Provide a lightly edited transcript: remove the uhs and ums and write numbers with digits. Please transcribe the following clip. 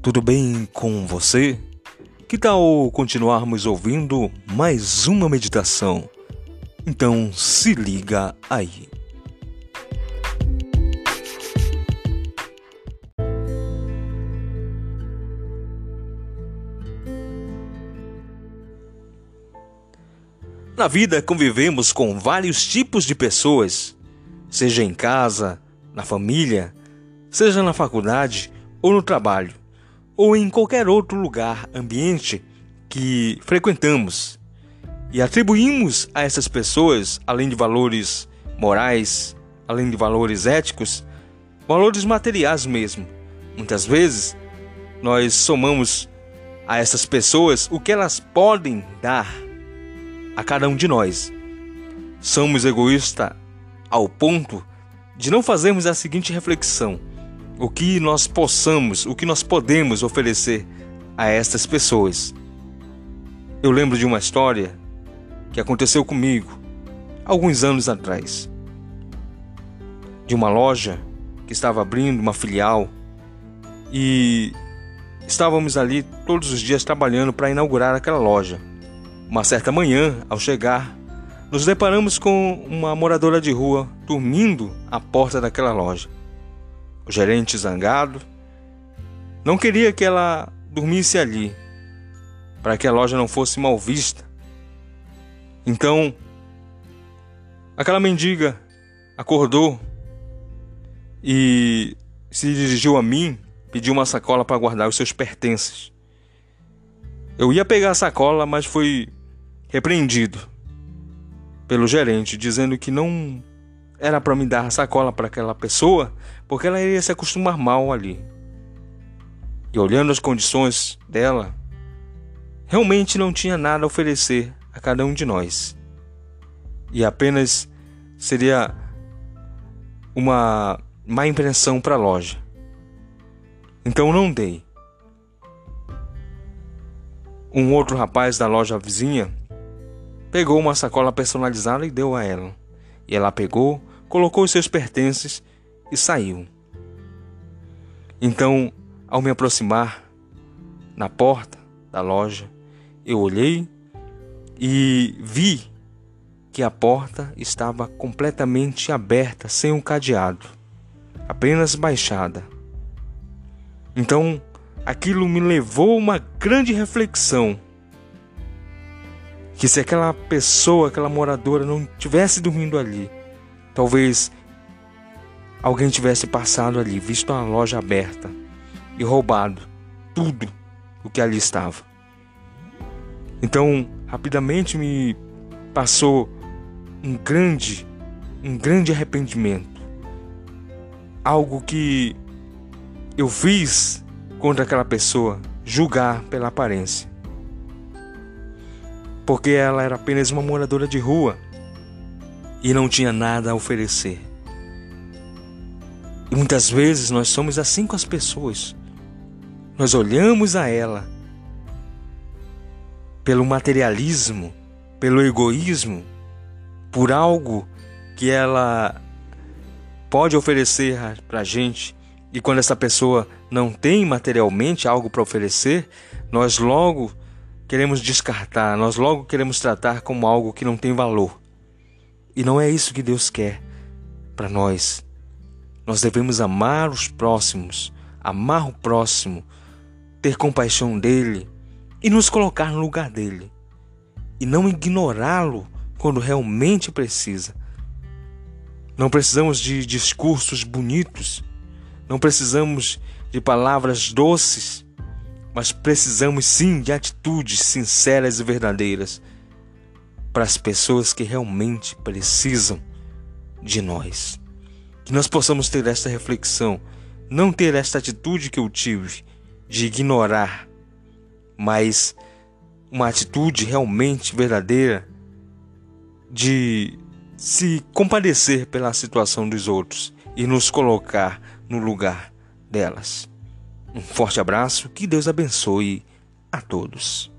Tudo bem com você? Que tal continuarmos ouvindo mais uma meditação? Então se liga aí. Na vida convivemos com vários tipos de pessoas, seja em casa, na família, seja na faculdade ou no trabalho, ou em qualquer outro lugar, ambiente que frequentamos. E atribuímos a essas pessoas, além de valores morais, além de valores éticos, valores materiais mesmo. Muitas vezes, nós somamos a essas pessoas o que elas podem dar a cada um de nós. Somos egoístas ao ponto de não fazermos a seguinte reflexão: o que nós podemos oferecer a estas pessoas. Eu lembro de uma história que aconteceu comigo alguns anos atrás, de uma loja que estava abrindo uma filial e estávamos ali todos os dias trabalhando para inaugurar aquela loja. Uma certa manhã, ao chegar, nos deparamos com uma moradora de rua dormindo à porta daquela loja. O gerente, zangado, não queria que ela dormisse ali, para que a loja não fosse mal vista. Então, aquela mendiga acordou e se dirigiu a mim, pediu uma sacola para guardar os seus pertences. Eu ia pegar a sacola, mas fui repreendido pelo gerente, dizendo que não era para me dar a sacola para aquela pessoa, porque ela iria se acostumar mal ali. E olhando as condições dela, realmente não tinha nada a oferecer a cada um de nós. E apenas seria uma má impressão para a loja. Então não dei. Um outro rapaz da loja vizinha pegou uma sacola personalizada e deu a ela. E ela pegou, colocou os seus pertences e saiu. Então, ao me aproximar na porta da loja, eu olhei e vi que a porta estava completamente aberta, sem um cadeado, apenas baixada. Então, aquilo me levou a uma grande reflexão, que se aquela pessoa, aquela moradora não tivesse dormindo ali, talvez alguém tivesse passado ali, visto a loja aberta e roubado tudo o que ali estava. Então, rapidamente me passou um grande arrependimento. Algo que eu fiz contra aquela pessoa, julgar pela aparência. Porque ela era apenas uma moradora de rua e não tinha nada a oferecer. E muitas vezes nós somos assim com as pessoas. Nós olhamos a ela pelo materialismo, pelo egoísmo, por algo que ela pode oferecer para a gente. E quando essa pessoa não tem materialmente algo para oferecer, nós logo queremos descartar, nós logo queremos tratar como algo que não tem valor. E não é isso que Deus quer para nós. Nós devemos amar os próximos, amar o próximo, ter compaixão dele e nos colocar no lugar dele. E não ignorá-lo quando realmente precisa. Não precisamos de discursos bonitos, não precisamos de palavras doces, mas precisamos sim de atitudes sinceras e verdadeiras para as pessoas que realmente precisam de nós. Que nós possamos ter esta reflexão, não ter esta atitude que eu tive de ignorar, mas uma atitude realmente verdadeira de se compadecer pela situação dos outros e nos colocar no lugar delas. Um forte abraço, que Deus abençoe a todos.